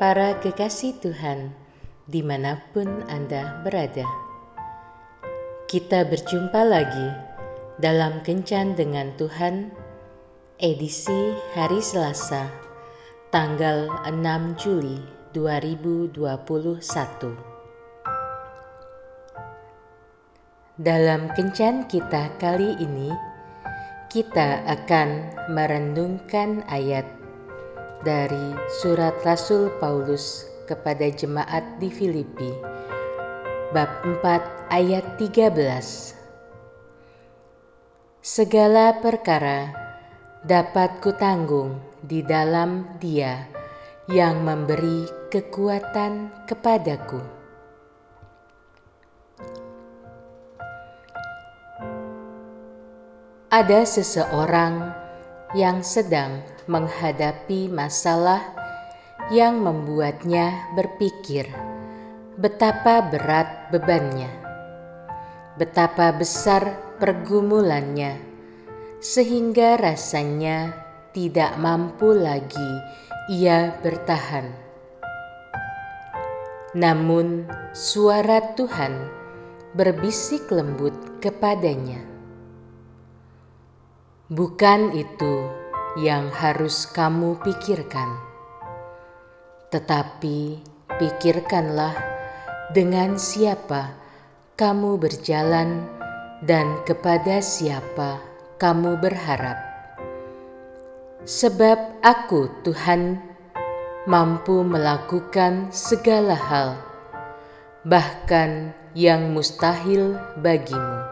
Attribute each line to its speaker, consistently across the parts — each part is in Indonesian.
Speaker 1: Para kekasih Tuhan, dimanapun Anda berada, kita berjumpa lagi dalam Kencan dengan Tuhan, edisi hari Selasa, tanggal 6 Juli 2021. Dalam Kencan kita kali ini, kita akan merenungkan ayat dari surat Rasul Paulus kepada jemaat di Filipi, bab 4 ayat 13. Segala perkara dapat kutanggung di dalam Dia yang memberi kekuatan kepadaku. Ada seseorang yang sedang menghadapi masalah yang membuatnya berpikir betapa berat bebannya, betapa besar pergumulannya, sehingga rasanya tidak mampu lagi ia bertahan. Namun suara Tuhan berbisik lembut kepadanya, "Bukan itu yang harus kamu pikirkan, tetapi pikirkanlah dengan siapa kamu berjalan dan kepada siapa kamu berharap. Sebab Aku, Tuhan, mampu melakukan segala hal, bahkan yang mustahil bagimu."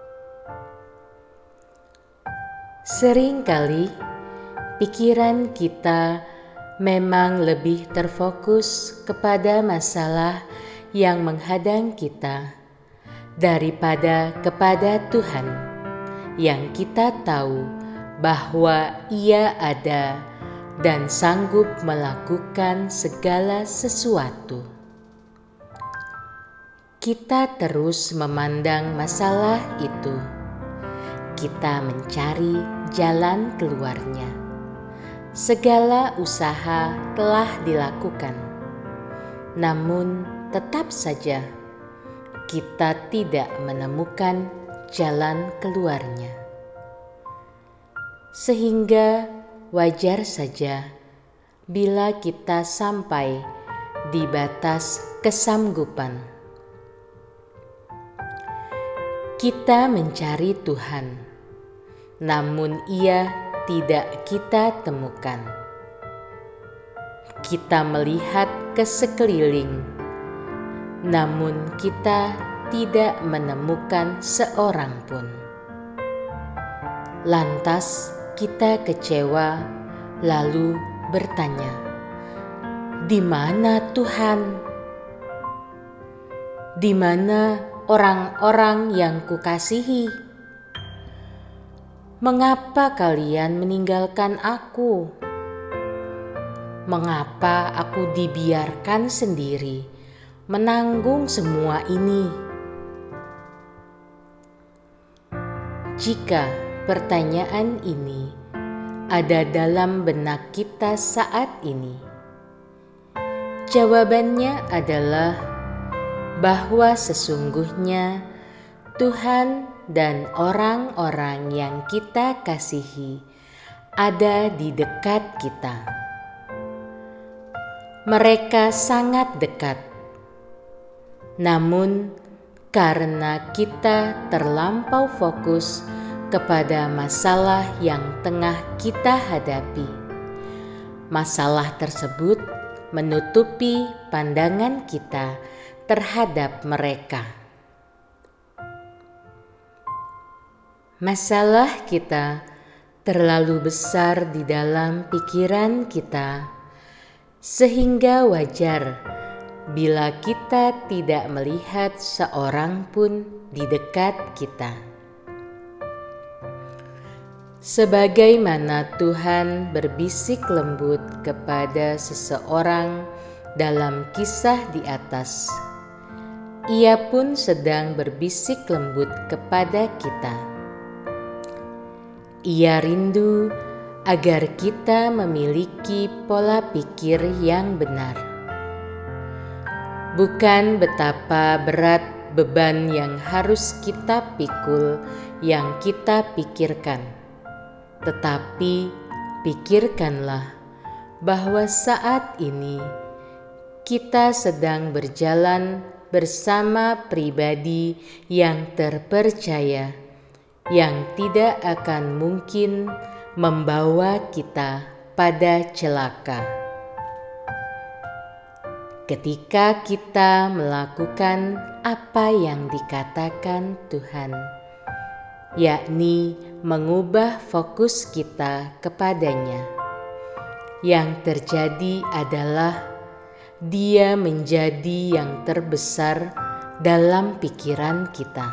Speaker 1: Seringkali pikiran kita memang lebih terfokus kepada masalah yang menghadang kita daripada kepada Tuhan, yang kita tahu bahwa Ia ada dan sanggup melakukan segala sesuatu. Kita terus memandang masalah itu. Kita mencari jalan keluarnya. Segala usaha telah dilakukan, namun tetap saja kita tidak menemukan jalan keluarnya. Sehingga wajar saja bila kita sampai di batas kesanggupan. Kita mencari Tuhan, namun Ia tidak kita temukan. Kita melihat ke sekeliling, namun kita tidak menemukan seorang pun. Lantas kita kecewa, lalu bertanya, "Di mana Tuhan? Di mana orang-orang yang kukasihi? Mengapa kalian meninggalkan aku? Mengapa aku dibiarkan sendiri menanggung semua ini?" Jika pertanyaan ini ada dalam benak kita saat ini, jawabannya adalah bahwa sesungguhnya Tuhan dan orang-orang yang kita kasihi ada di dekat kita. Mereka sangat dekat. Namun karena kita terlampau fokus kepada masalah yang tengah kita hadapi, masalah tersebut menutupi pandangan kita terhadap mereka. Masalah kita terlalu besar di dalam pikiran kita, sehingga wajar bila kita tidak melihat seorang pun di dekat kita. Sebagaimana Tuhan berbisik lembut kepada seseorang dalam kisah di atas, Ia pun sedang berbisik lembut kepada kita. Ia rindu agar kita memiliki pola pikir yang benar, bukan betapa berat beban yang harus kita pikul, yang kita pikirkan, tetapi pikirkanlah bahwa saat ini kita sedang berjalan bersama pribadi yang terpercaya, yang tidak akan mungkin membawa kita pada celaka. Ketika kita melakukan apa yang dikatakan Tuhan, yakni mengubah fokus kita kepadanya, yang terjadi adalah Dia menjadi yang terbesar dalam pikiran kita.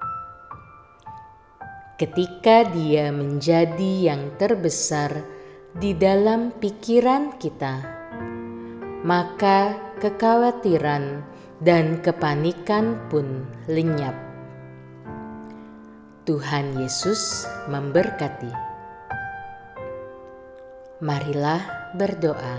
Speaker 1: Ketika Dia menjadi yang terbesar di dalam pikiran kita, maka kekhawatiran dan kepanikan pun lenyap. Tuhan Yesus memberkati. Marilah berdoa.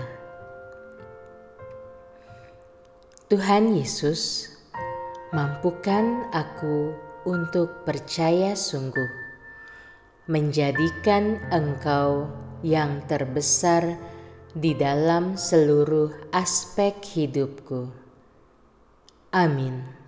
Speaker 1: Tuhan Yesus, mampukan aku untuk percaya sungguh, menjadikan Engkau yang terbesar di dalam seluruh aspek hidupku. Amin.